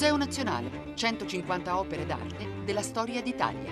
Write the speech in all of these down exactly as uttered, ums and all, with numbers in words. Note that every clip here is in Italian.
Museo Nazionale, centocinquanta opere d'arte della storia d'Italia.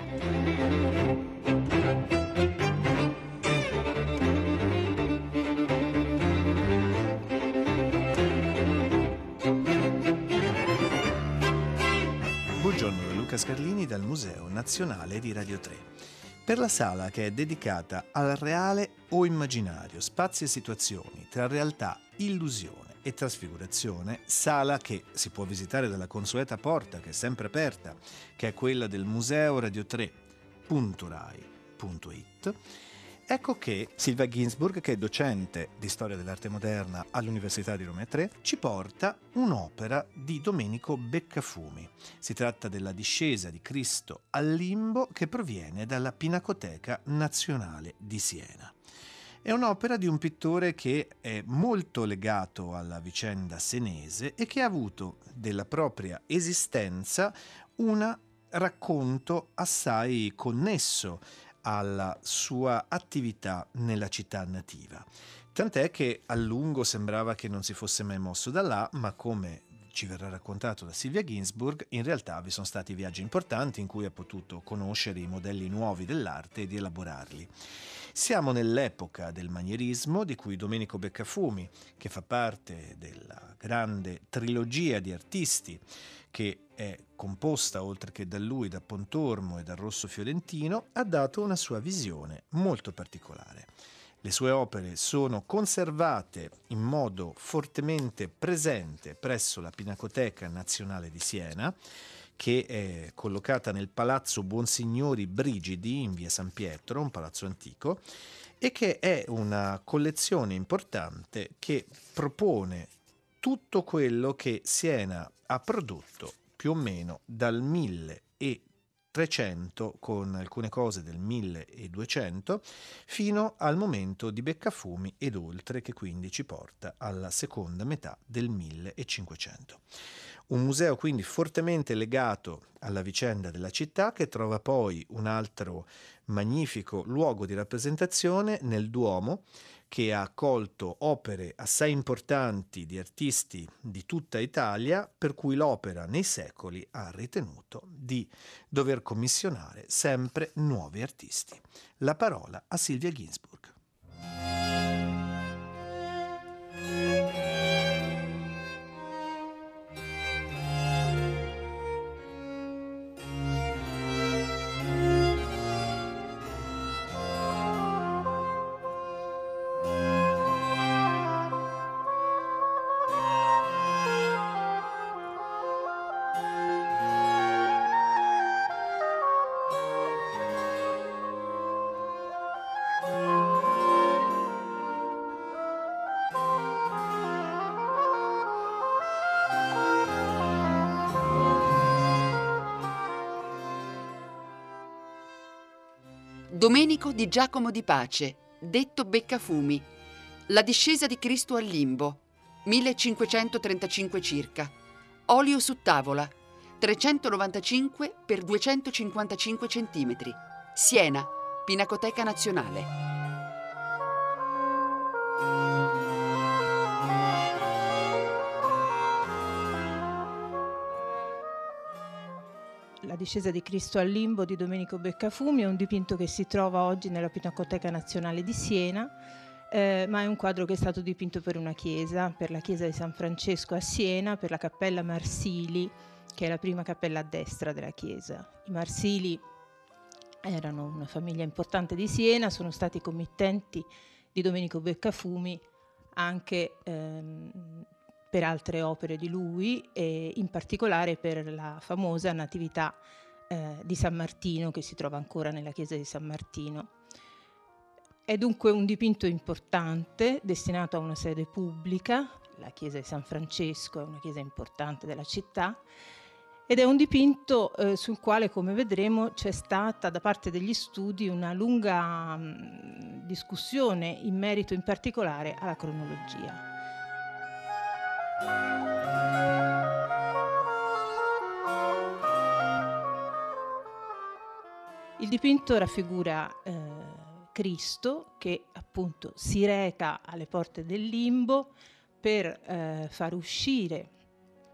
Buongiorno da Luca Scarlini dal Museo Nazionale di Radio tre. Per la sala che è dedicata al reale o immaginario, spazi e situazioni tra realtà, illusione e trasfigurazione, sala che si può visitare dalla consueta porta che è sempre aperta, che è quella del museo radio tre punto rai punto it. Ecco che Silvia Ginsburg, che è docente di storia dell'arte moderna all'Università di Roma tre, ci porta un'opera di Domenico Beccafumi. Si tratta della Discesa di Cristo al limbo, che proviene dalla Pinacoteca Nazionale di Siena. È un'opera di un pittore che è molto legato alla vicenda senese e che ha avuto della propria esistenza un racconto assai connesso alla sua attività nella città nativa. Tant'è che a lungo sembrava che non si fosse mai mosso da là, ma come ci verrà raccontato da Silvia Ginsburg, in realtà vi sono stati viaggi importanti in cui ha potuto conoscere i modelli nuovi dell'arte e di elaborarli. Siamo nell'epoca del manierismo, di cui Domenico Beccafumi, che fa parte della grande trilogia di artisti che è composta, oltre che da lui, da Pontormo e dal Rosso Fiorentino, ha dato una sua visione molto particolare. Le sue opere sono conservate in modo fortemente presente presso la Pinacoteca Nazionale di Siena, che è collocata nel Palazzo Buonsignori Brigidi in via San Pietro, un palazzo antico, e che è una collezione importante che propone tutto quello che Siena ha prodotto più o meno dal milletrecento, con alcune cose del milleduecento, fino al momento di Beccafumi ed oltre, che quindi ci porta alla seconda metà del millecinquecento. Un museo quindi fortemente legato alla vicenda della città, che trova poi un altro magnifico luogo di rappresentazione nel Duomo, che ha accolto opere assai importanti di artisti di tutta Italia, per cui l'opera nei secoli ha ritenuto di dover commissionare sempre nuovi artisti. La parola a Silvia Ginsburg. Domenico di Giacomo di Pace, detto Beccafumi. La discesa di Cristo al limbo, millecinquecentotrentacinque circa. Olio su tavola, trecentonovantacinque per duecentocinquantacinque centimetri. Siena, Pinacoteca Nazionale. La discesa di Cristo al limbo di Domenico Beccafumi è un dipinto che si trova oggi nella Pinacoteca Nazionale di Siena, eh, ma è un quadro che è stato dipinto per una chiesa, per la chiesa di San Francesco a Siena, per la cappella Marsili, che è la prima cappella a destra della chiesa. I Marsili erano una famiglia importante di Siena, sono stati committenti di Domenico Beccafumi anche ehm, per altre opere di lui, e in particolare per la famosa Natività eh, di San Martino, che si trova ancora nella chiesa di San Martino. È dunque un dipinto importante, destinato a una sede pubblica. La chiesa di San Francesco è una chiesa importante della città, ed è un dipinto eh, sul quale, come vedremo, c'è stata da parte degli studi una lunga mh, discussione in merito in particolare alla cronologia. Il dipinto raffigura eh, Cristo che appunto si reca alle porte del limbo per eh, far uscire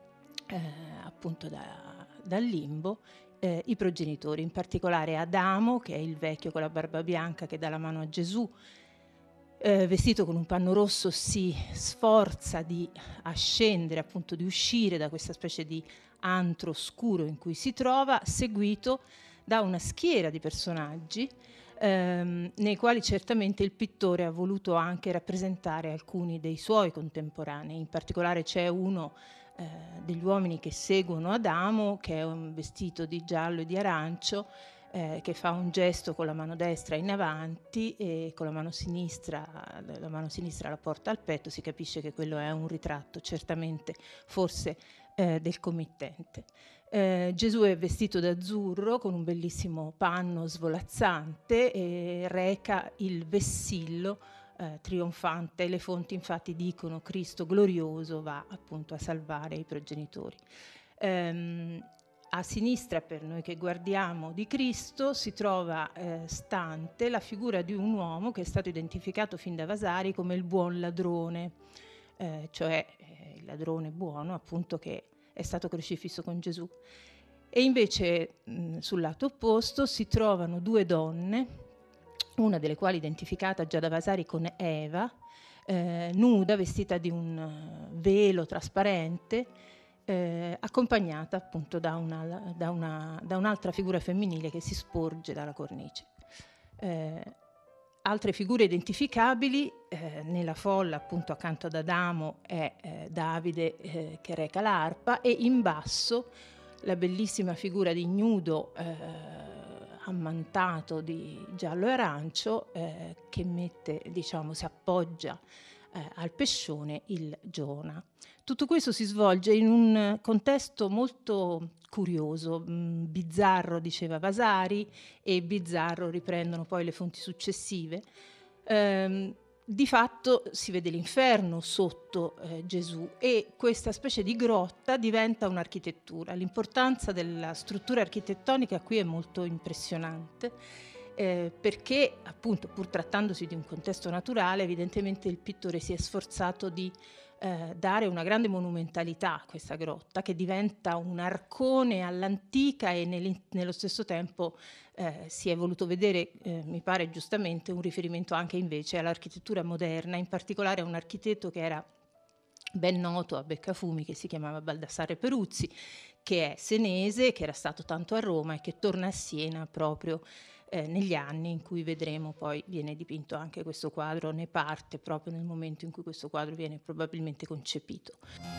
eh, appunto da, dal limbo eh, i progenitori, in particolare Adamo, che è il vecchio con la barba bianca che dà la mano a Gesù, eh, vestito con un panno rosso, si sforza di ascendere, appunto di uscire da questa specie di antro oscuro in cui si trova, seguito da una schiera di personaggi ehm, nei quali certamente il pittore ha voluto anche rappresentare alcuni dei suoi contemporanei. In particolare c'è uno eh, degli uomini che seguono Adamo, che è un vestito di giallo e di arancio, eh, che fa un gesto con la mano destra in avanti e con la mano sinistra, la mano sinistra la porta al petto. Si capisce che quello è un ritratto certamente forse eh, del committente. Eh, Gesù è vestito d'azzurro con un bellissimo panno svolazzante e reca il vessillo eh, trionfante. Le fonti infatti dicono Cristo glorioso va appunto a salvare i progenitori. Ehm, a sinistra, per noi che guardiamo, di Cristo si trova eh, stante la figura di un uomo che è stato identificato fin da Vasari come il buon ladrone, eh, cioè eh, il ladrone buono appunto che è stato crocifisso con Gesù. E invece mh, sul lato opposto si trovano due donne, una delle quali identificata già da Vasari con Eva, eh, nuda, vestita di un velo trasparente, eh, accompagnata appunto da, una, da, una, da un'altra figura femminile che si sporge dalla cornice. Eh, Altre figure identificabili eh, nella folla, appunto accanto ad Adamo, è eh, Davide eh, che reca l'arpa, e in basso la bellissima figura di ignudo eh, ammantato di giallo e arancio eh, che mette, diciamo, si appoggia eh, al pescione il Giona. Tutto questo si svolge in un contesto molto curioso, mh, bizzarro, diceva Vasari, e bizzarro riprendono poi le fonti successive. Ehm, di fatto si vede l'inferno sotto eh, Gesù e questa specie di grotta diventa un'architettura. L'importanza della struttura architettonica qui è molto impressionante eh, perché appunto, pur trattandosi di un contesto naturale, evidentemente il pittore si è sforzato di Eh, dare una grande monumentalità a questa grotta che diventa un arcone all'antica e nello stesso tempo eh, si è voluto vedere, eh, mi pare giustamente, un riferimento anche invece all'architettura moderna, in particolare a un architetto che era ben noto a Beccafumi, che si chiamava Baldassare Peruzzi, che è senese, che era stato tanto a Roma e che torna a Siena proprio Eh, negli anni in cui vedremo poi viene dipinto anche questo quadro, ne parte proprio nel momento in cui questo quadro viene probabilmente concepito.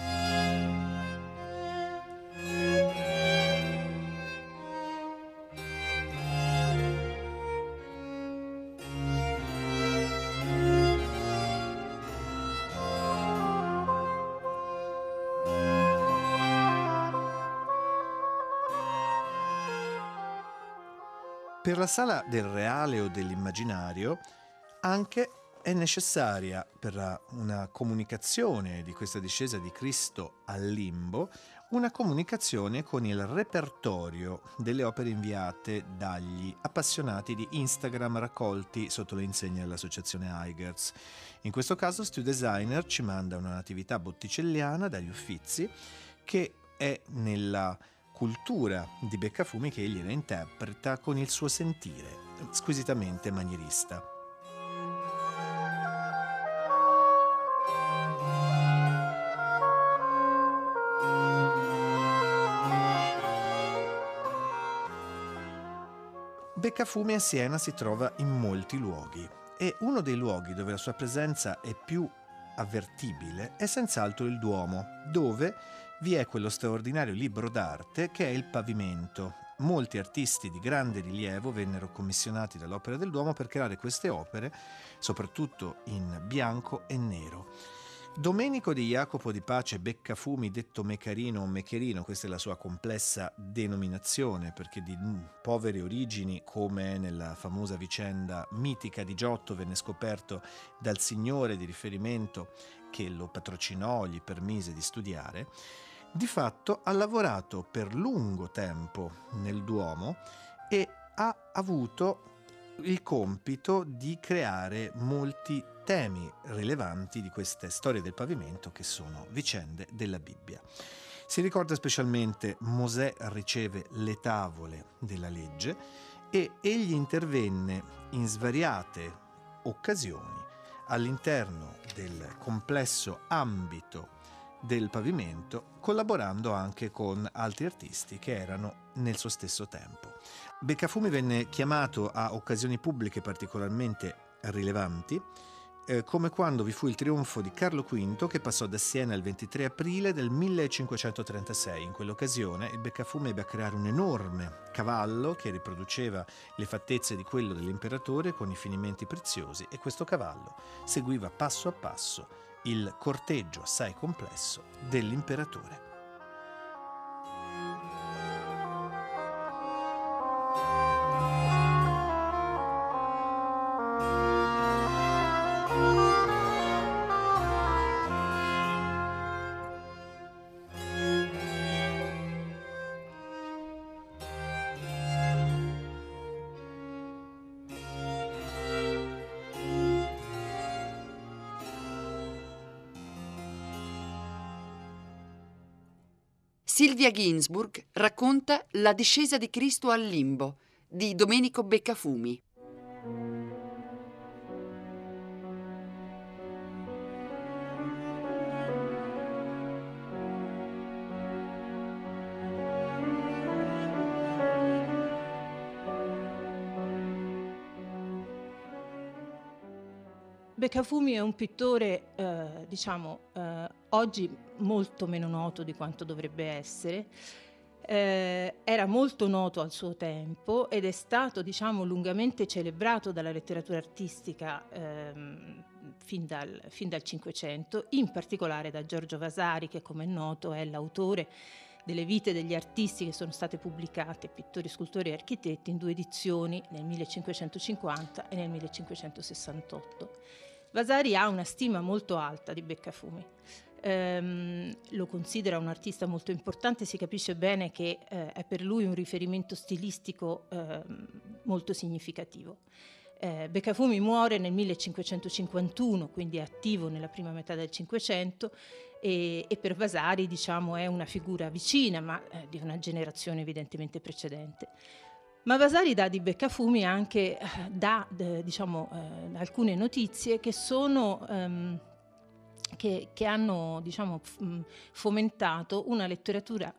Per la sala del reale o dell'immaginario anche è necessaria, per una comunicazione di questa discesa di Cristo al limbo, una comunicazione con il repertorio delle opere inviate dagli appassionati di Instagram raccolti sotto le insegne dell'associazione Eigerz. In questo caso Stu Designer ci manda una natività botticelliana dagli Uffizi che è nella cultura di Beccafumi che egli la interpreta con il suo sentire squisitamente manierista. Beccafumi a Siena si trova in molti luoghi e uno dei luoghi dove la sua presenza è più avvertibile è senz'altro il Duomo, dove vi è quello straordinario libro d'arte che è il Pavimento. Molti artisti di grande rilievo vennero commissionati dall'Opera del Duomo per creare queste opere, soprattutto in bianco e nero. Domenico di Jacopo di Pace Beccafumi, detto Mecarino o Mecherino, questa è la sua complessa denominazione, perché di povere origini, come nella famosa vicenda mitica di Giotto, venne scoperto dal signore di riferimento che lo patrocinò, gli permise di studiare. Di fatto ha lavorato per lungo tempo nel Duomo e ha avuto il compito di creare molti temi rilevanti di queste storie del pavimento che sono vicende della Bibbia. Si ricorda specialmente Mosè riceve le tavole della legge e egli intervenne in svariate occasioni all'interno del complesso ambito del pavimento, collaborando anche con altri artisti che erano nel suo stesso tempo. Beccafumi venne chiamato a occasioni pubbliche particolarmente rilevanti, eh, come quando vi fu il trionfo di Carlo V, che passò da Siena il ventitré aprile del millecinquecentotrentasei. In quell'occasione il Beccafumi ebbe a creare un enorme cavallo che riproduceva le fattezze di quello dell'imperatore con i finimenti preziosi, e questo cavallo seguiva passo a passo il corteggio assai complesso dell'imperatore. Silvia Ginsburg racconta La discesa di Cristo al limbo di Domenico Beccafumi. Beccafumi è un pittore, eh, diciamo, eh, oggi molto meno noto di quanto dovrebbe essere. Eh, era molto noto al suo tempo ed è stato, diciamo, lungamente celebrato dalla letteratura artistica ehm, fin dal, fin dal Cinquecento, in particolare da Giorgio Vasari, che, come è noto, è l'autore delle vite degli artisti che sono state pubblicate, pittori, scultori e architetti, in due edizioni, nel millecinquecentocinquanta e nel millecinquecentosessantotto. Vasari ha una stima molto alta di Beccafumi. Ehm, lo considera un artista molto importante, si capisce bene che eh, è per lui un riferimento stilistico eh, molto significativo. Eh, Beccafumi muore nel millecinquecentocinquantuno, quindi è attivo nella prima metà del Cinquecento, e, e per Vasari, diciamo, è una figura vicina, ma eh, di una generazione evidentemente precedente. Ma Vasari dà di Beccafumi anche eh, dà, eh, diciamo, eh, alcune notizie che sono ehm, che, che hanno, diciamo, f- fomentato una letteratura,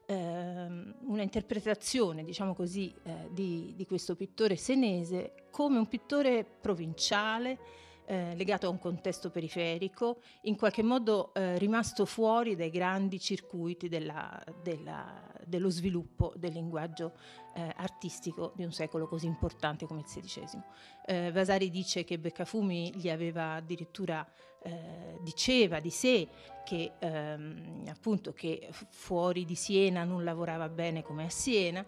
ehm, una interpretazione, diciamo così, eh, di, di questo pittore senese come un pittore provinciale, eh, legato a un contesto periferico, in qualche modo eh, rimasto fuori dai grandi circuiti della, della, dello sviluppo del linguaggio eh, artistico di un secolo così importante come il sedicesimo. Eh, Vasari dice che Beccafumi gli aveva addirittura, eh, diceva di sé che ehm, appunto che fuori di Siena non lavorava bene come a Siena.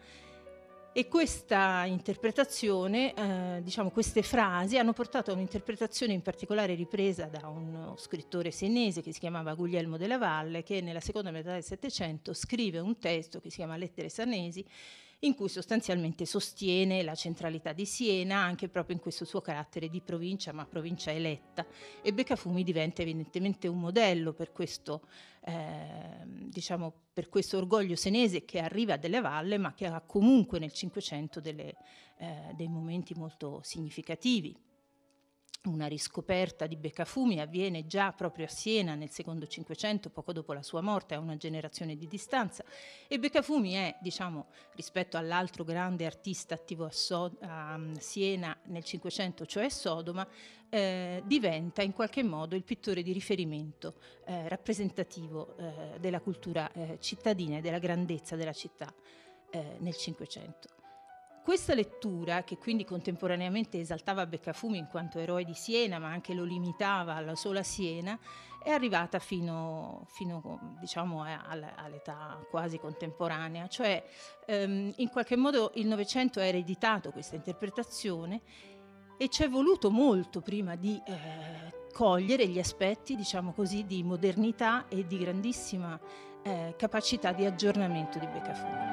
E questa interpretazione, eh, diciamo queste frasi, hanno portato a un'interpretazione in particolare ripresa da uno scrittore senese che si chiamava Guglielmo della Valle, che nella seconda metà del Settecento scrive un testo che si chiama Lettere Sanesi, in cui sostanzialmente sostiene la centralità di Siena anche proprio in questo suo carattere di provincia, ma provincia eletta, e Beccafumi diventa evidentemente un modello per questo, eh, diciamo, per questo orgoglio senese che arriva delle Valle, ma che ha comunque nel Cinquecento delle, eh, dei momenti molto significativi. Una riscoperta di Beccafumi avviene già proprio a Siena nel secondo Cinquecento, poco dopo la sua morte, a una generazione di distanza, e Beccafumi è, diciamo, rispetto all'altro grande artista attivo a, so- a Siena nel Cinquecento, cioè Sodoma, eh, diventa in qualche modo il pittore di riferimento eh, rappresentativo eh, della cultura eh, cittadina e della grandezza della città eh, nel Cinquecento. Questa lettura, che quindi contemporaneamente esaltava Beccafumi in quanto eroe di Siena, ma anche lo limitava alla sola Siena, è arrivata fino, fino diciamo, all'età quasi contemporanea. Cioè, ehm, in qualche modo il Novecento ha ereditato questa interpretazione e ci è voluto molto prima di eh, cogliere gli aspetti, diciamo così, di modernità e di grandissima eh, capacità di aggiornamento di Beccafumi.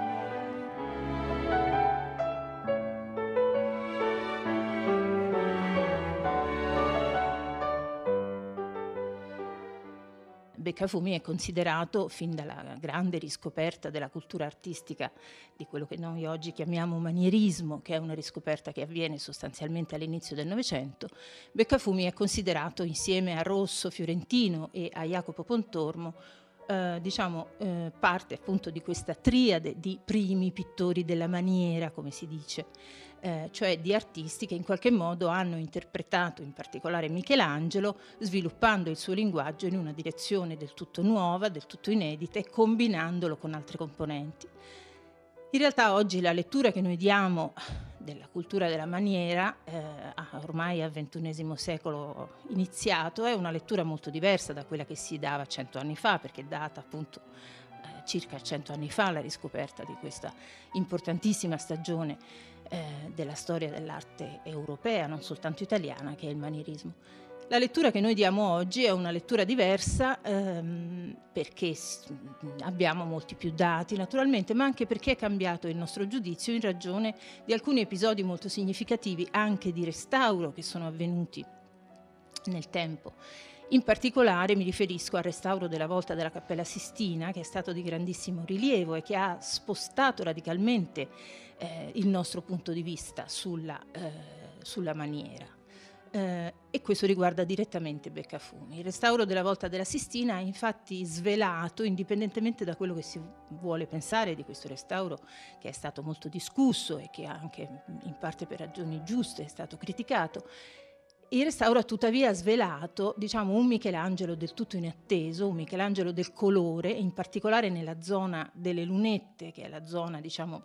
Beccafumi è considerato, fin dalla grande riscoperta della cultura artistica, di quello che noi oggi chiamiamo manierismo, che è una riscoperta che avviene sostanzialmente all'inizio del Novecento, Beccafumi è considerato, insieme a Rosso, Fiorentino e a Jacopo Pontormo, eh, diciamo, eh, parte appunto di questa triade di primi pittori della maniera, come si dice, eh, cioè di artisti che in qualche modo hanno interpretato, in particolare Michelangelo, sviluppando il suo linguaggio in una direzione del tutto nuova, del tutto inedita e combinandolo con altre componenti. In realtà oggi la lettura che noi diamo della cultura della maniera, eh, ormai al ventunesimo secolo iniziato, è una lettura molto diversa da quella che si dava cento anni fa, perché è data appunto eh, circa cento anni fa la riscoperta di questa importantissima stagione eh, della storia dell'arte europea, non soltanto italiana, che è il manierismo. La lettura che noi diamo oggi è una lettura diversa ehm, perché abbiamo molti più dati naturalmente, ma anche perché è cambiato il nostro giudizio in ragione di alcuni episodi molto significativi anche di restauro che sono avvenuti nel tempo. In particolare mi riferisco al restauro della volta della Cappella Sistina, che è stato di grandissimo rilievo e che ha spostato radicalmente eh, il nostro punto di vista sulla, eh, sulla maniera. Eh, e questo riguarda direttamente Beccafumi. Il restauro della volta della Sistina ha infatti svelato, indipendentemente da quello che si vuole pensare di questo restauro, che è stato molto discusso e che anche in parte per ragioni giuste è stato criticato, il restauro ha tuttavia svelato, diciamo, un Michelangelo del tutto inatteso, un Michelangelo del colore, in particolare nella zona delle lunette, che è la zona, diciamo,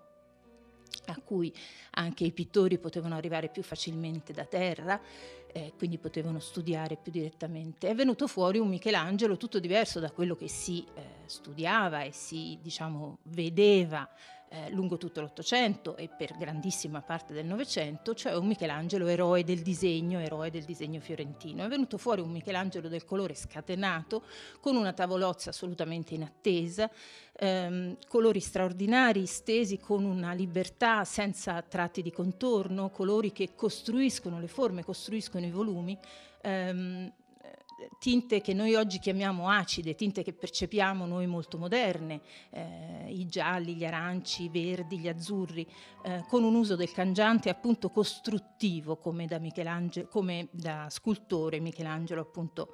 a cui anche i pittori potevano arrivare più facilmente da terra, eh, quindi potevano studiare più direttamente. È venuto fuori un Michelangelo tutto diverso da quello che si eh, studiava e si, diciamo, vedeva eh, lungo tutto l'Ottocento e per grandissima parte del Novecento, cioè un Michelangelo eroe del disegno, eroe del disegno fiorentino. È venuto fuori un Michelangelo del colore scatenato, con una tavolozza assolutamente inattesa, ehm, colori straordinari, stesi con una libertà senza tratti di contorno, colori che costruiscono le forme, costruiscono i volumi, ehm, tinte che noi oggi chiamiamo acide, tinte che percepiamo noi molto moderne, eh, i gialli, gli aranci, i verdi, gli azzurri, eh, con un uso del cangiante appunto costruttivo, come da Michelangelo, come da scultore Michelangelo appunto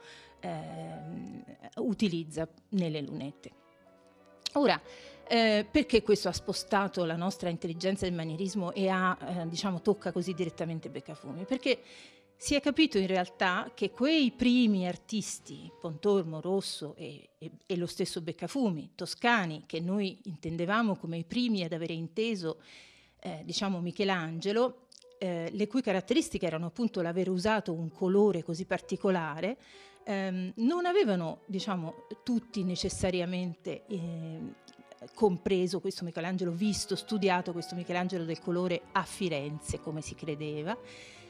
eh, utilizza nelle lunette. Ora, eh, perché questo ha spostato la nostra intelligenza del manierismo e ha, eh, diciamo, tocca così direttamente Beccafumi? Perché si è capito in realtà che quei primi artisti, Pontormo, Rosso e, e, e lo stesso Beccafumi, toscani, che noi intendevamo come i primi ad avere inteso, eh, diciamo, Michelangelo, eh, le cui caratteristiche erano appunto l'aver usato un colore così particolare, ehm, non avevano, diciamo, tutti necessariamente eh, compreso questo Michelangelo, visto, studiato questo Michelangelo del colore a Firenze, come si credeva.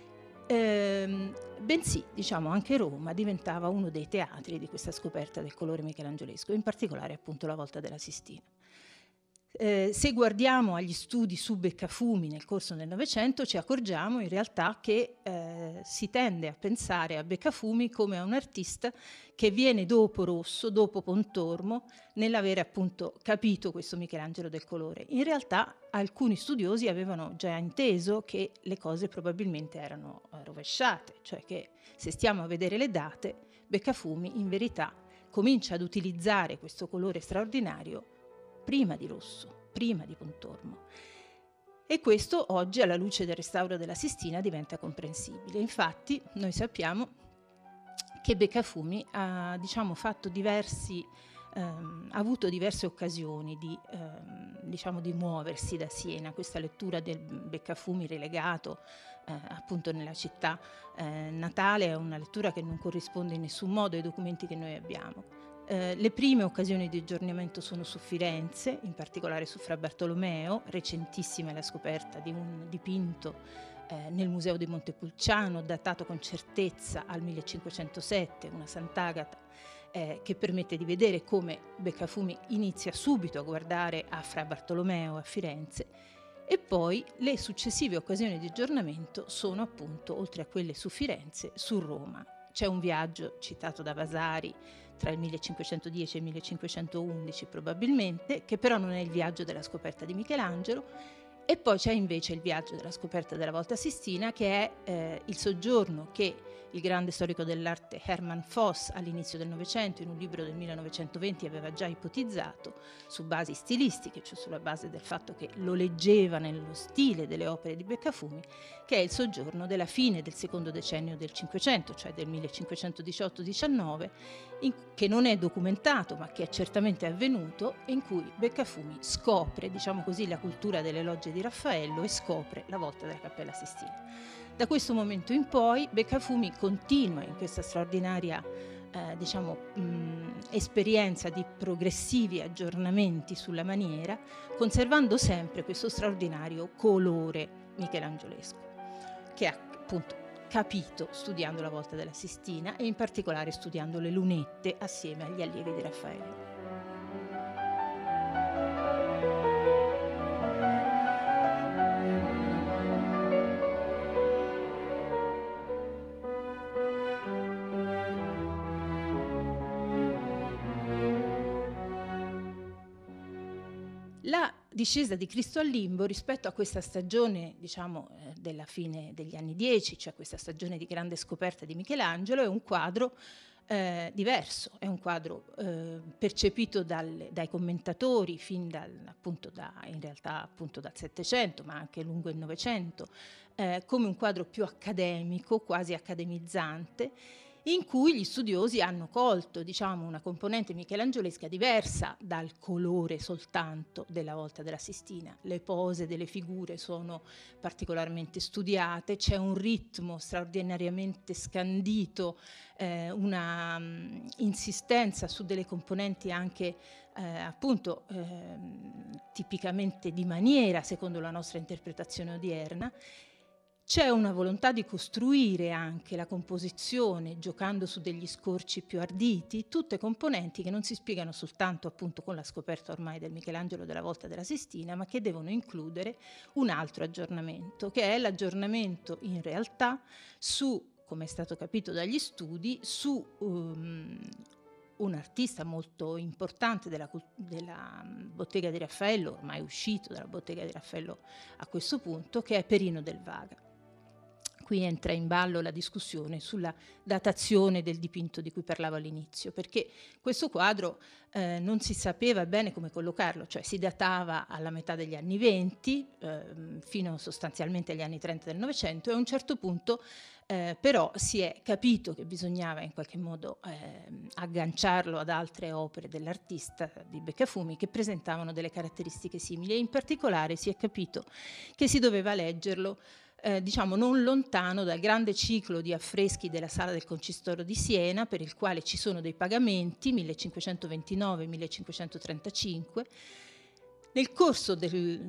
Eh, bensì, diciamo, anche Roma diventava uno dei teatri di questa scoperta del colore michelangiolesco, in particolare appunto la volta della Sistina. Eh, se guardiamo agli studi su Beccafumi nel corso del Novecento ci accorgiamo in realtà che eh, si tende a pensare a Beccafumi come a un artista che viene dopo Rosso, dopo Pontormo, nell'avere appunto capito questo Michelangelo del colore. In realtà alcuni studiosi avevano già inteso che le cose probabilmente erano rovesciate, cioè che se stiamo a vedere le date, Beccafumi in verità comincia ad utilizzare questo colore straordinario prima di Rosso, prima di Pontormo. E questo oggi, alla luce del restauro della Sistina, diventa comprensibile. Infatti, noi sappiamo che Beccafumi ha, diciamo, fatto diversi, ehm, ha avuto diverse occasioni di, ehm, diciamo, di muoversi da Siena. Questa lettura del Beccafumi relegato eh, appunto nella città eh, natale è una lettura che non corrisponde in nessun modo ai documenti che noi abbiamo. Eh, le prime occasioni di aggiornamento sono su Firenze, in particolare su Fra Bartolomeo. Recentissima è la scoperta di un dipinto eh, nel Museo di Montepulciano, datato con certezza al millecinquecentosette, una Sant'Agata, eh, che permette di vedere come Beccafumi inizia subito a guardare a Fra Bartolomeo a Firenze. E poi le successive occasioni di aggiornamento sono appunto, oltre a quelle su Firenze, su Roma. C'è un viaggio citato da Vasari tra il millecinquecentodieci e il millecinquecentoundici probabilmente, che però non è il viaggio della scoperta di Michelangelo. E poi c'è invece il viaggio della scoperta della Volta Sistina, che è eh, il soggiorno che il grande storico dell'arte Hermann Voss all'inizio del Novecento, in un libro del millenovecentoventi, aveva già ipotizzato su basi stilistiche, cioè sulla base del fatto che lo leggeva nello stile delle opere di Beccafumi, che è il soggiorno della fine del secondo decennio del Cinquecento, cioè del millecinquecentodiciotto diciannove, in, che non è documentato ma che è certamente avvenuto, in cui Beccafumi scopre, diciamo così, la cultura delle logge di Raffaello e scopre la volta della Cappella Sistina. Da questo momento in poi Beccafumi continua in questa straordinaria eh, diciamo, mh, esperienza di progressivi aggiornamenti sulla maniera, conservando sempre questo straordinario colore michelangiolesco, che ha appunto capito studiando la volta della Sistina e in particolare studiando le lunette assieme agli allievi di Raffaello. La discesa di Cristo al limbo rispetto a questa stagione, diciamo, eh, della fine degli anni dieci, cioè questa stagione di grande scoperta di Michelangelo, è un quadro eh, diverso, è un quadro eh, percepito dal, dai commentatori fin dal, appunto da, in realtà appunto dal Settecento, ma anche lungo il Novecento, eh, come un quadro più accademico, quasi accademizzante, in cui gli studiosi hanno colto, diciamo, una componente michelangiolesca diversa dal colore soltanto della Volta della Sistina. Le pose delle figure sono particolarmente studiate, c'è un ritmo straordinariamente scandito, eh, una um, insistenza su delle componenti anche eh, appunto eh, tipicamente di maniera, secondo la nostra interpretazione odierna. C'è una volontà di costruire anche la composizione giocando su degli scorci più arditi, tutte componenti che non si spiegano soltanto appunto con la scoperta ormai del Michelangelo della Volta della Sistina, ma che devono includere un altro aggiornamento, che è l'aggiornamento in realtà su, come è stato capito dagli studi, su um, un artista molto importante della, della bottega di Raffaello, ormai uscito dalla bottega di Raffaello a questo punto, che è Perino del Vaga. Qui entra in ballo la discussione sulla datazione del dipinto di cui parlavo all'inizio, perché questo quadro eh, non si sapeva bene come collocarlo, cioè si datava alla metà degli anni venti, eh, fino sostanzialmente agli anni trenta del Novecento, e a un certo punto eh, però si è capito che bisognava in qualche modo eh, agganciarlo ad altre opere dell'artista di Beccafumi che presentavano delle caratteristiche simili, e in particolare si è capito che si doveva leggerlo Eh, diciamo non lontano dal grande ciclo di affreschi della Sala del Concistoro di Siena, per il quale ci sono dei pagamenti millecinquecentoventinove millecinquecentotrentacinque, nel corso del,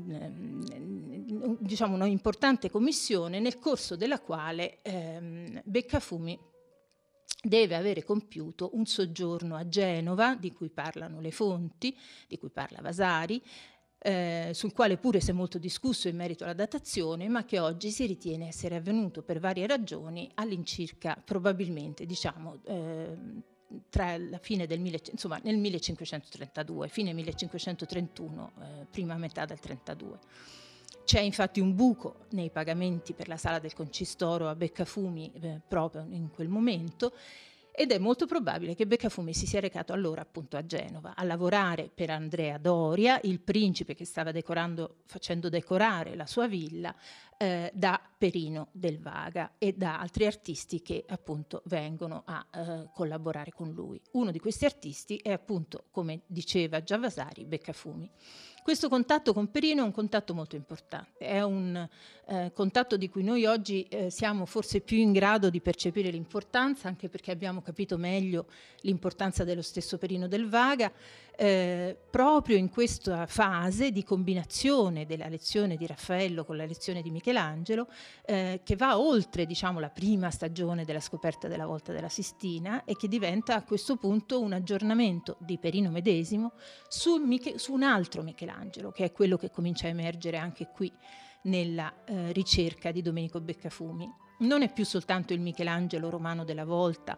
diciamo una importante commissione nel corso della quale ehm, Beccafumi deve avere compiuto un soggiorno a Genova, di cui parlano le fonti, di cui parla Vasari, Eh, sul quale pure si è molto discusso in merito alla datazione, ma che oggi si ritiene essere avvenuto per varie ragioni all'incirca, probabilmente, diciamo, eh, tra la fine del mille, insomma, nel millecinquecentotrentadue, fine millecinquecentotrentuno, eh, prima metà del trentadue. C'è infatti un buco nei pagamenti per la Sala del Concistoro a Beccafumi eh, proprio in quel momento, ed è molto probabile che Beccafumi si sia recato allora appunto a Genova a lavorare per Andrea Doria, il principe che stava decorando, facendo decorare la sua villa eh, da Perino del Vaga e da altri artisti che appunto vengono a eh, collaborare con lui. Uno di questi artisti è appunto, come diceva già Vasari, Beccafumi. Questo contatto con Perino è un contatto molto importante, è un eh, contatto di cui noi oggi eh, siamo forse più in grado di percepire l'importanza, anche perché abbiamo capito meglio l'importanza dello stesso Perino del Vaga, eh, proprio in questa fase di combinazione della lezione di Raffaello con la lezione di Michelangelo, eh, che va oltre, diciamo, la prima stagione della scoperta della Volta della Sistina e che diventa a questo punto un aggiornamento di Perino medesimo su, Mich- su un altro Michelangelo, che è quello che comincia a emergere anche qui nella eh, ricerca di Domenico Beccafumi. Non è più soltanto il Michelangelo romano della Volta,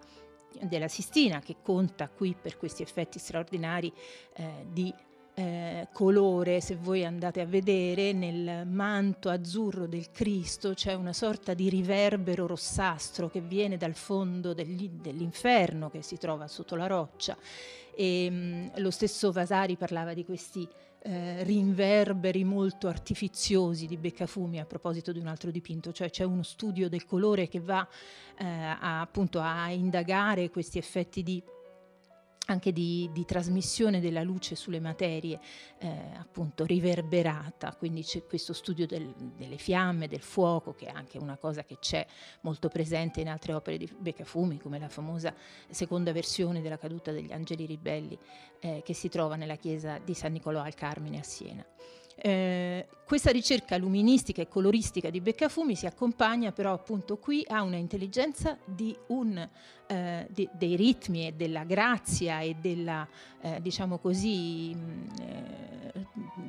della Sistina, che conta qui per questi effetti straordinari eh, di eh, colore. Se voi andate a vedere, nel manto azzurro del Cristo c'è una sorta di riverbero rossastro che viene dal fondo degli, dell'inferno, che si trova sotto la roccia. E mh, lo stesso Vasari parlava di questi eh, rinverberi molto artifiziosi di Beccafumi a proposito di un altro dipinto, cioè c'è uno studio del colore che va eh, a, appunto a indagare questi effetti di anche di, di trasmissione della luce sulle materie, eh, appunto riverberata. Quindi c'è questo studio del, delle fiamme, del fuoco, che è anche una cosa che c'è molto presente in altre opere di Beccafumi, come la famosa seconda versione della caduta degli angeli ribelli, eh, che si trova nella chiesa di San Nicolò al Carmine a Siena. Eh, questa ricerca luministica e coloristica di Beccafumi si accompagna però appunto qui a una intelligenza di un, eh, di, dei ritmi e della grazia e della eh, diciamo così mh, eh,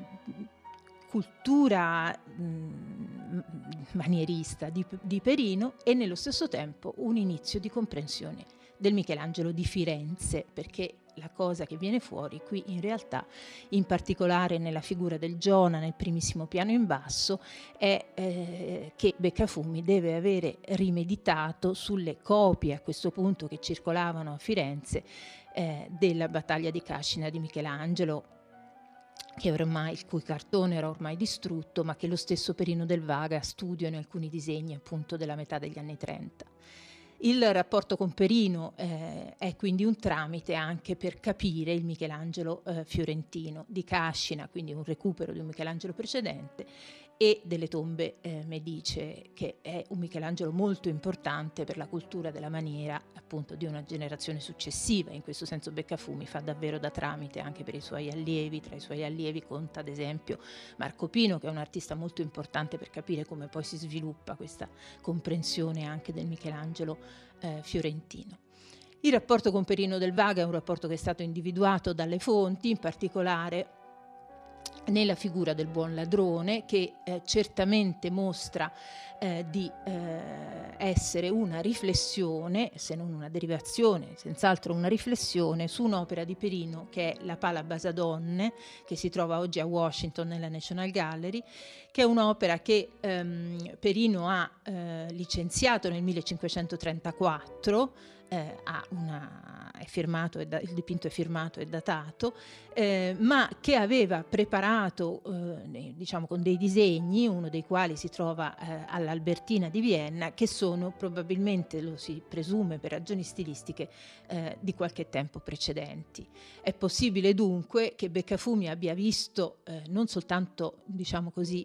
cultura mh, manierista di, di Perino, e nello stesso tempo un inizio di comprensione del Michelangelo di Firenze, perché la cosa che viene fuori qui in realtà, in particolare nella figura del Giona nel primissimo piano in basso, è eh, che Beccafumi deve avere rimeditato sulle copie a questo punto che circolavano a Firenze eh, della battaglia di Cascina di Michelangelo, che ormai, il cui cartone era ormai distrutto, ma che lo stesso Perino del Vaga studia in alcuni disegni appunto della metà degli anni trenta. Il rapporto con Perino eh, è quindi un tramite anche per capire il Michelangelo eh, fiorentino di Cascina, quindi un recupero di un Michelangelo precedente, e delle tombe eh, medicee, che è un Michelangelo molto importante per la cultura della maniera appunto di una generazione successiva. In questo senso Beccafumi fa davvero da tramite anche per i suoi allievi. Tra i suoi allievi conta ad esempio Marco Pino, che è un artista molto importante per capire come poi si sviluppa questa comprensione anche del Michelangelo eh, fiorentino. Il rapporto con Perino del Vaga è un rapporto che è stato individuato dalle fonti, in particolare nella figura del buon ladrone, che eh, certamente mostra eh, di eh, essere una riflessione, se non una derivazione, senz'altro una riflessione su un'opera di Perino che è La Pala Basadonne, che si trova oggi a Washington nella National Gallery, che è un'opera che ehm, Perino ha eh, licenziato nel millecinquecentotrentaquattro. Eh, ha una, è firmato, è da, il dipinto è firmato e datato, eh, ma che aveva preparato eh, diciamo con dei disegni, uno dei quali si trova eh, all'Albertina di Vienna, che sono probabilmente, lo si presume per ragioni stilistiche, eh, di qualche tempo precedenti. È possibile dunque che Beccafumi abbia visto eh, non soltanto, diciamo così,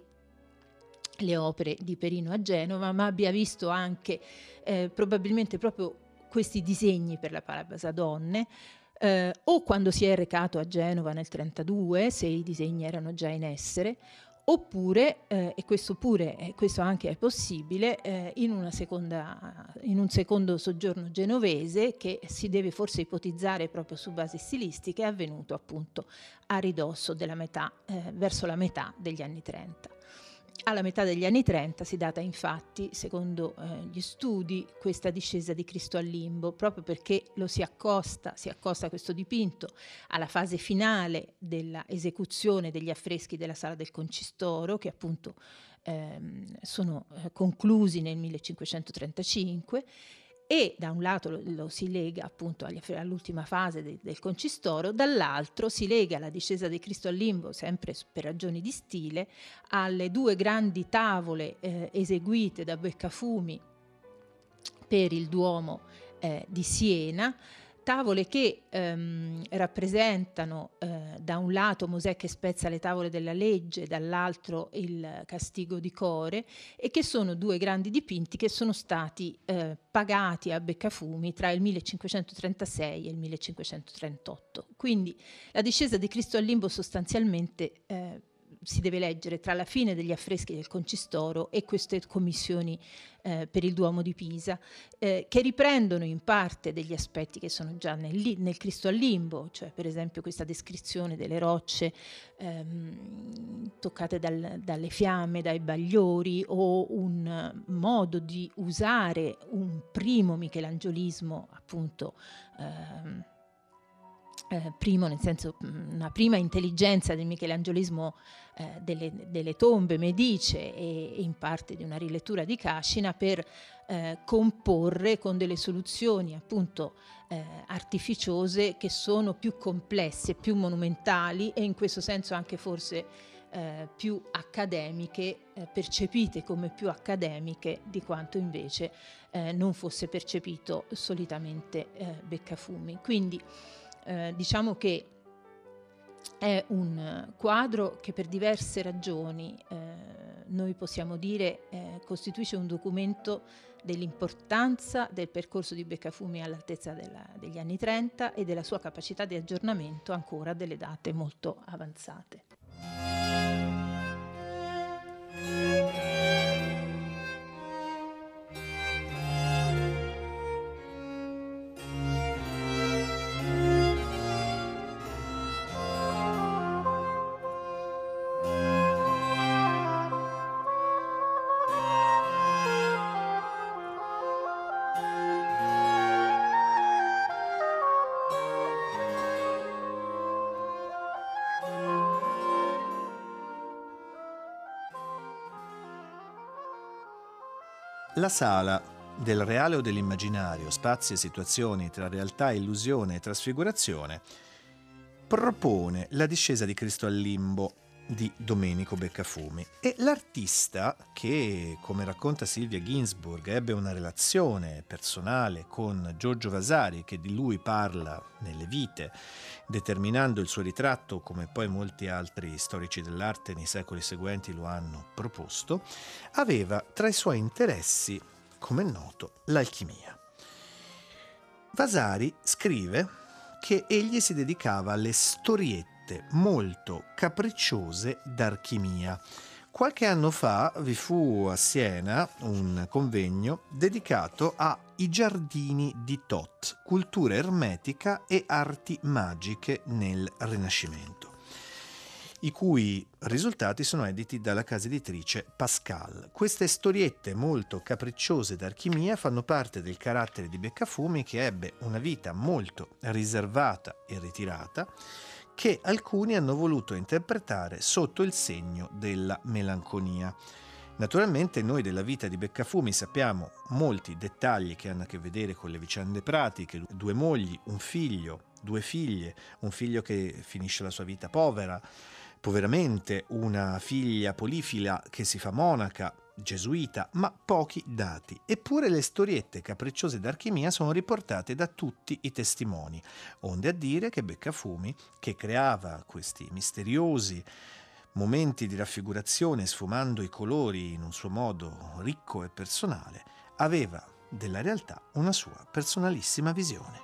le opere di Perino a Genova, ma abbia visto anche eh, probabilmente proprio questi disegni per la Pala Basadonne, eh, o quando si è recato a Genova nel trentadue, se i disegni erano già in essere, oppure, eh, e questo pure, eh, questo anche è possibile, eh, in, una seconda, in un secondo soggiorno genovese, che si deve forse ipotizzare proprio su basi stilistiche, è avvenuto appunto a ridosso della metà, eh, verso la metà degli anni trenta. Alla metà degli anni trenta si data infatti, secondo eh, gli studi, questa discesa di Cristo al limbo, proprio perché lo si accosta, si accosta questo dipinto alla fase finale della esecuzione degli affreschi della Sala del Concistoro, che appunto ehm, sono eh, conclusi nel millecinquecentotrentacinque, e da un lato lo, lo si lega appunto agli, all'ultima fase de, del Concistoro, dall'altro si lega la discesa di Cristo al limbo, sempre per ragioni di stile, alle due grandi tavole eh, eseguite da Beccafumi per il Duomo eh, di Siena, tavole che ehm, rappresentano eh, da un lato Mosè che spezza le tavole della legge, dall'altro il Castigo di Core, e che sono due grandi dipinti che sono stati eh, pagati a Beccafumi tra il millecinquecentotrentasei e il millecinquecentotrentotto. Quindi la discesa di Cristo al limbo sostanzialmente eh, si deve leggere tra la fine degli affreschi del Concistoro e queste commissioni eh, per il Duomo di Pisa, eh, che riprendono in parte degli aspetti che sono già nel, nel Cristo al limbo, cioè per esempio questa descrizione delle rocce ehm, toccate dal, dalle fiamme, dai bagliori, o un modo di usare un primo michelangiolismo, appunto ehm, Eh, primo nel senso una prima intelligenza del michelangiolismo eh, delle, delle tombe medicee e, e in parte di una rilettura di Cascina per eh, comporre con delle soluzioni appunto eh, artificiose che sono più complesse, più monumentali e in questo senso anche forse eh, più accademiche, eh, percepite come più accademiche di quanto invece eh, non fosse percepito solitamente eh, Beccafumi. Quindi Eh, diciamo che è un quadro che per diverse ragioni eh, noi possiamo dire eh, costituisce un documento dell'importanza del percorso di Beccafumi all'altezza della, degli anni trenta e della sua capacità di aggiornamento ancora delle date molto avanzate. La sala del reale o dell'immaginario, spazi e situazioni tra realtà, illusione e trasfigurazione, propone la discesa di Cristo al limbo di Domenico Beccafumi e l'artista, che come racconta Silvia Ginsburg ebbe una relazione personale con Giorgio Vasari, che di lui parla nelle vite, determinando il suo ritratto come poi molti altri storici dell'arte nei secoli seguenti lo hanno proposto, aveva tra i suoi interessi, come è noto, l'alchimia. Vasari scrive che egli si dedicava alle storiette molto capricciose d'alchimia. Qualche anno fa vi fu a Siena un convegno dedicato ai giardini di Thoth, cultura ermetica e arti magiche nel Rinascimento, i cui risultati sono editi dalla casa editrice Pascal. Queste storiette molto capricciose d'alchimia fanno parte del carattere di Beccafumi, che ebbe una vita molto riservata e ritirata, che alcuni hanno voluto interpretare sotto il segno della melanconia. Naturalmente noi della vita di Beccafumi sappiamo molti dettagli che hanno a che vedere con le vicende pratiche: due mogli, un figlio, due figlie, un figlio che finisce la sua vita povera, poveramente, una figlia polifila che si fa monaca, gesuita, ma pochi dati. Eppure le storiette capricciose d'alchimia sono riportate da tutti i testimoni, onde a dire che Beccafumi, che creava questi misteriosi momenti di raffigurazione sfumando i colori in un suo modo ricco e personale, aveva della realtà una sua personalissima visione.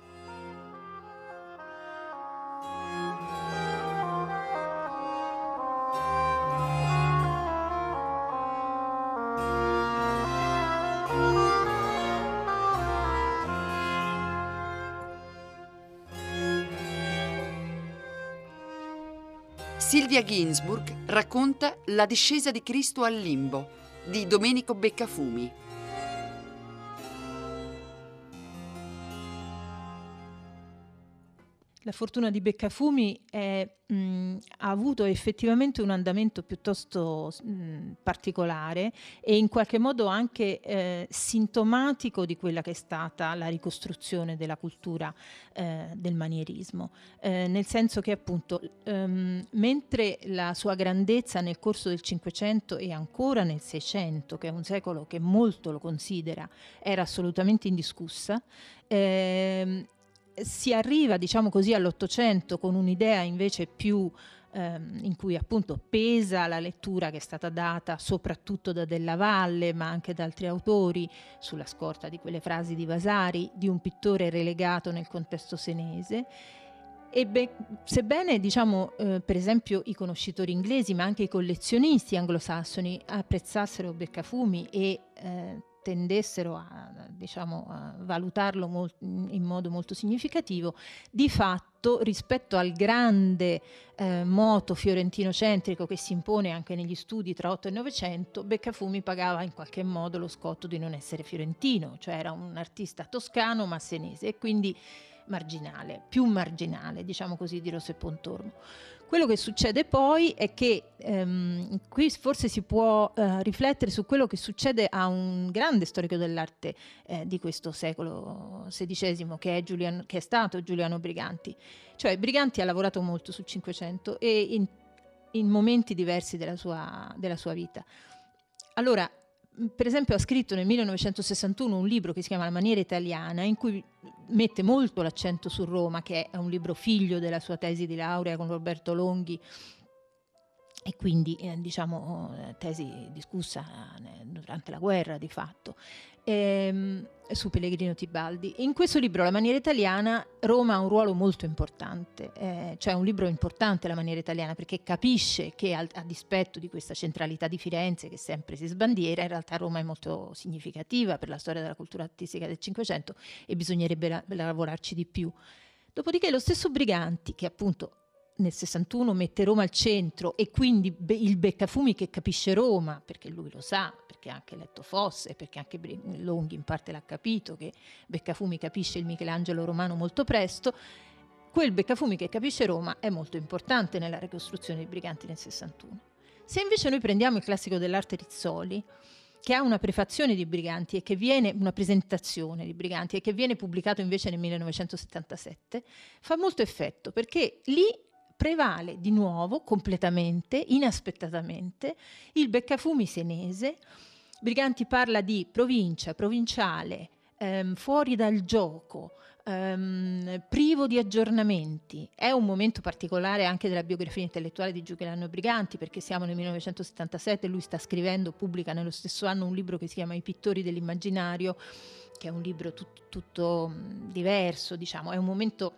Silvia Ginsburg racconta La discesa di Cristo al limbo di Domenico Beccafumi. La fortuna di Beccafumi è, mh, ha avuto effettivamente un andamento piuttosto mh, particolare e in qualche modo anche eh, sintomatico di quella che è stata la ricostruzione della cultura eh, del manierismo, eh, nel senso che appunto ehm, mentre la sua grandezza nel corso del Cinquecento e ancora nel Seicento, che è un secolo che molto lo considera, era assolutamente indiscussa, ehm, si arriva, diciamo così, all'Ottocento con un'idea invece più ehm, in cui appunto pesa la lettura che è stata data soprattutto da Della Valle, ma anche da altri autori, sulla scorta di quelle frasi di Vasari, di un pittore relegato nel contesto senese. E beh, sebbene diciamo eh, per esempio i conoscitori inglesi, ma anche i collezionisti anglosassoni apprezzassero Beccafumi e eh, tendessero a, diciamo, a valutarlo molt- in modo molto significativo, di fatto rispetto al grande eh, moto fiorentino-centrico che si impone anche negli studi tra otto e novecento, Beccafumi pagava in qualche modo lo scotto di non essere fiorentino, cioè era un artista toscano ma senese, e quindi marginale, più marginale, diciamo così, di Rosso e Pontormo. Quello che succede poi è che ehm, qui forse si può eh, riflettere su quello che succede a un grande storico dell'arte eh, di questo secolo sedicesimo, che è, Giuliano, che è stato Giuliano Briganti. Cioè Briganti ha lavorato molto sul Cinquecento e in, in momenti diversi della sua, della sua vita. Allora, per esempio, ha scritto nel millenovecentosessantuno un libro che si chiama La maniera italiana, in cui mette molto l'accento su Roma, che è un libro figlio della sua tesi di laurea con Roberto Longhi, e quindi eh, diciamo tesi discussa eh, durante la guerra di fatto, ehm, su Pellegrino Tibaldi. In questo libro La maniera italiana Roma ha un ruolo molto importante, eh, cioè un libro importante La maniera italiana, perché capisce che al, a dispetto di questa centralità di Firenze che sempre si sbandiera, in realtà Roma è molto significativa per la storia della cultura artistica del Cinquecento e bisognerebbe la, lavorarci di più. Dopodiché lo stesso Briganti, che appunto nel sessantuno mette Roma al centro, e quindi be- il Beccafumi che capisce Roma, perché lui lo sa, perché ha anche letto Fosse, perché anche Longhi in parte l'ha capito, che Beccafumi capisce il Michelangelo romano molto presto. Quel Beccafumi che capisce Roma è molto importante nella ricostruzione dei Briganti nel sessantuno. Se invece noi prendiamo il classico dell'arte Rizzoli, che ha una prefazione di Briganti e che viene una presentazione di Briganti e che viene pubblicato invece nel millenovecentosettantasette, fa molto effetto, perché lì prevale di nuovo, completamente, inaspettatamente, il Beccafumi senese. Briganti parla di provincia, provinciale, ehm, fuori dal gioco, ehm, privo di aggiornamenti. È un momento particolare anche della biografia intellettuale di Giuliano Briganti, perché siamo nel millenovecentosettantasette, lui sta scrivendo, pubblica nello stesso anno un libro che si chiama I pittori dell'immaginario, che è un libro tut- tutto diverso, diciamo, è un momento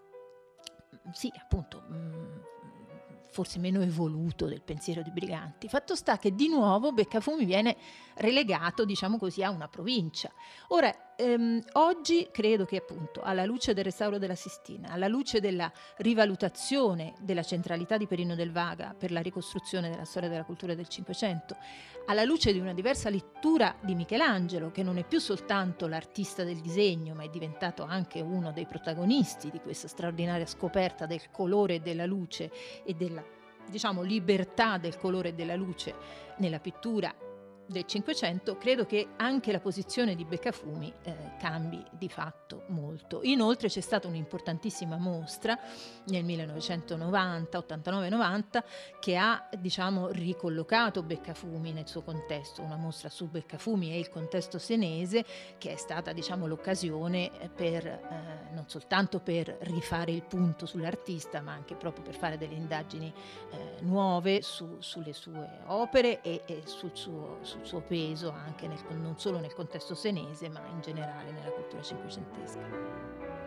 sì, appunto, forse meno evoluto del pensiero di Briganti. Fatto sta che di nuovo Beccafumi viene relegato, diciamo così, a una provincia. Ora, ehm, oggi credo che appunto alla luce del restauro della Sistina, alla luce della rivalutazione della centralità di Perino del Vaga per la ricostruzione della storia della cultura del Cinquecento, alla luce di una diversa lettura di Michelangelo, che non è più soltanto l'artista del disegno, ma è diventato anche uno dei protagonisti di questa straordinaria scoperta del colore e della luce e della, diciamo, libertà del colore e della luce nella pittura del Cinquecento, credo che anche la posizione di Beccafumi eh, cambi di fatto molto. Inoltre c'è stata un'importantissima mostra nel millenovecentonovanta, ottantanove novanta, che ha, diciamo, ricollocato Beccafumi nel suo contesto, una mostra su Beccafumi e il contesto senese, che è stata, diciamo, l'occasione per eh, non soltanto per rifare il punto sull'artista, ma anche proprio per fare delle indagini eh, nuove su, sulle sue opere e, e sul suo, sul suo peso anche nel, non solo nel contesto senese, ma in generale nella cultura cinquecentesca.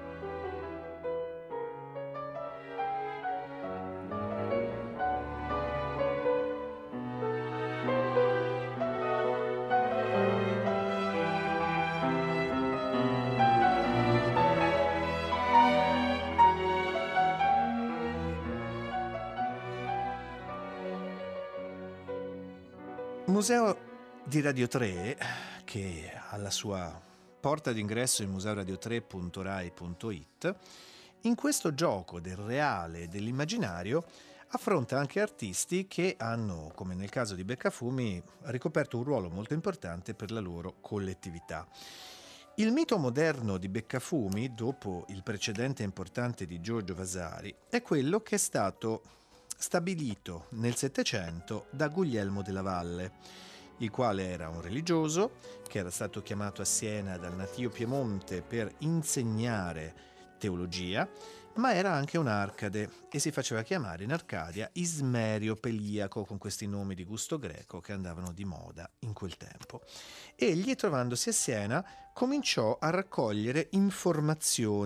Museo di Radio tre, che ha la sua porta d'ingresso in museo radio tre punto rai punto it, in questo gioco del reale e dell'immaginario affronta anche artisti che hanno, come nel caso di Beccafumi, ricoperto un ruolo molto importante per la loro collettività. Il mito moderno di Beccafumi, dopo il precedente importante di Giorgio Vasari, è quello che è stato stabilito nel Settecento da Guglielmo della Valle, il quale era un religioso che era stato chiamato a Siena dal natio Piemonte per insegnare teologia, ma era anche un arcade e si faceva chiamare in Arcadia Ismerio Peliaco, con questi nomi di gusto greco che andavano di moda in quel tempo. Egli, trovandosi a Siena, cominciò a raccogliere informazioni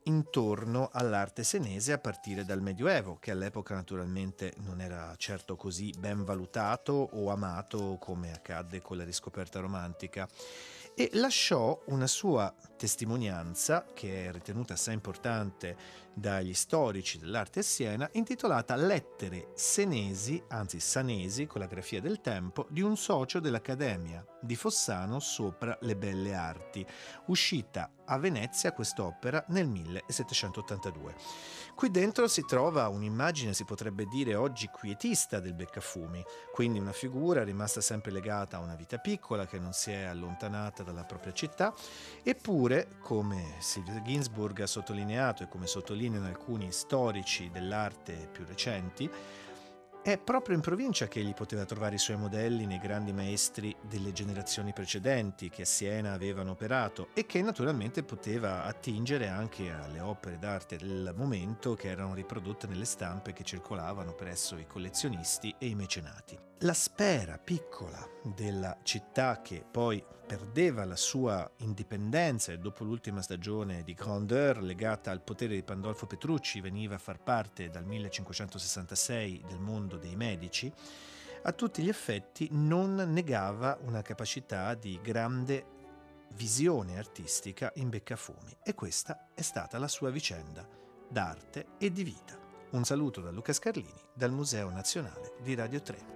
intorno all'arte senese a partire dal Medioevo, che all'epoca naturalmente non era certo così ben valutato o amato come accadde con la riscoperta romantica, e lasciò una sua testimonianza, che è ritenuta assai importante dagli storici dell'arte a Siena, intitolata Lettere senesi, anzi sanesi con la grafia del tempo, di un socio dell'Accademia di Fossano sopra le belle arti, uscita a Venezia quest'opera nel millesettecentottantadue. Qui dentro si trova un'immagine, si potrebbe dire oggi quietista, del Beccafumi, quindi una figura rimasta sempre legata a una vita piccola che non si è allontanata dalla propria città, eppure, come Silvia Ginsburg ha sottolineato e come sottolineano alcuni storici dell'arte più recenti, è proprio in provincia che egli poteva trovare i suoi modelli nei grandi maestri delle generazioni precedenti che a Siena avevano operato e che naturalmente poteva attingere anche alle opere d'arte del momento che erano riprodotte nelle stampe che circolavano presso i collezionisti e i mecenati. La spera piccola della città, che poi perdeva la sua indipendenza e dopo l'ultima stagione di grandeur legata al potere di Pandolfo Petrucci veniva a far parte dal millecinquecentosessantasei del mondo dei Medici, a tutti gli effetti non negava una capacità di grande visione artistica in Beccafumi, e questa è stata la sua vicenda d'arte e di vita. Un saluto da Luca Scarlini dal Museo Nazionale di Radio tre.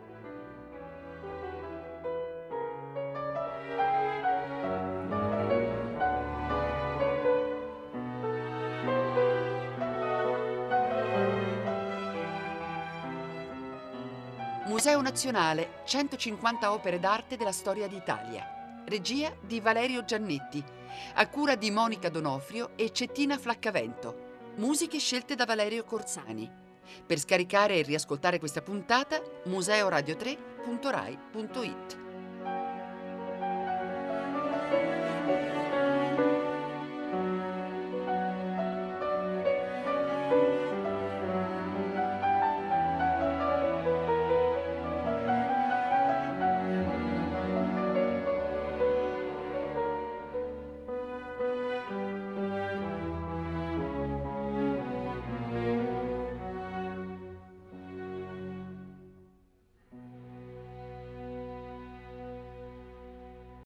Museo Nazionale, centocinquanta opere d'arte della storia d'Italia. Regia di Valerio Giannetti, a cura di Monica Donofrio e Cettina Flaccavento. Musiche scelte da Valerio Corsani. Per scaricare e riascoltare questa puntata, museo radio tre punto rai punto it.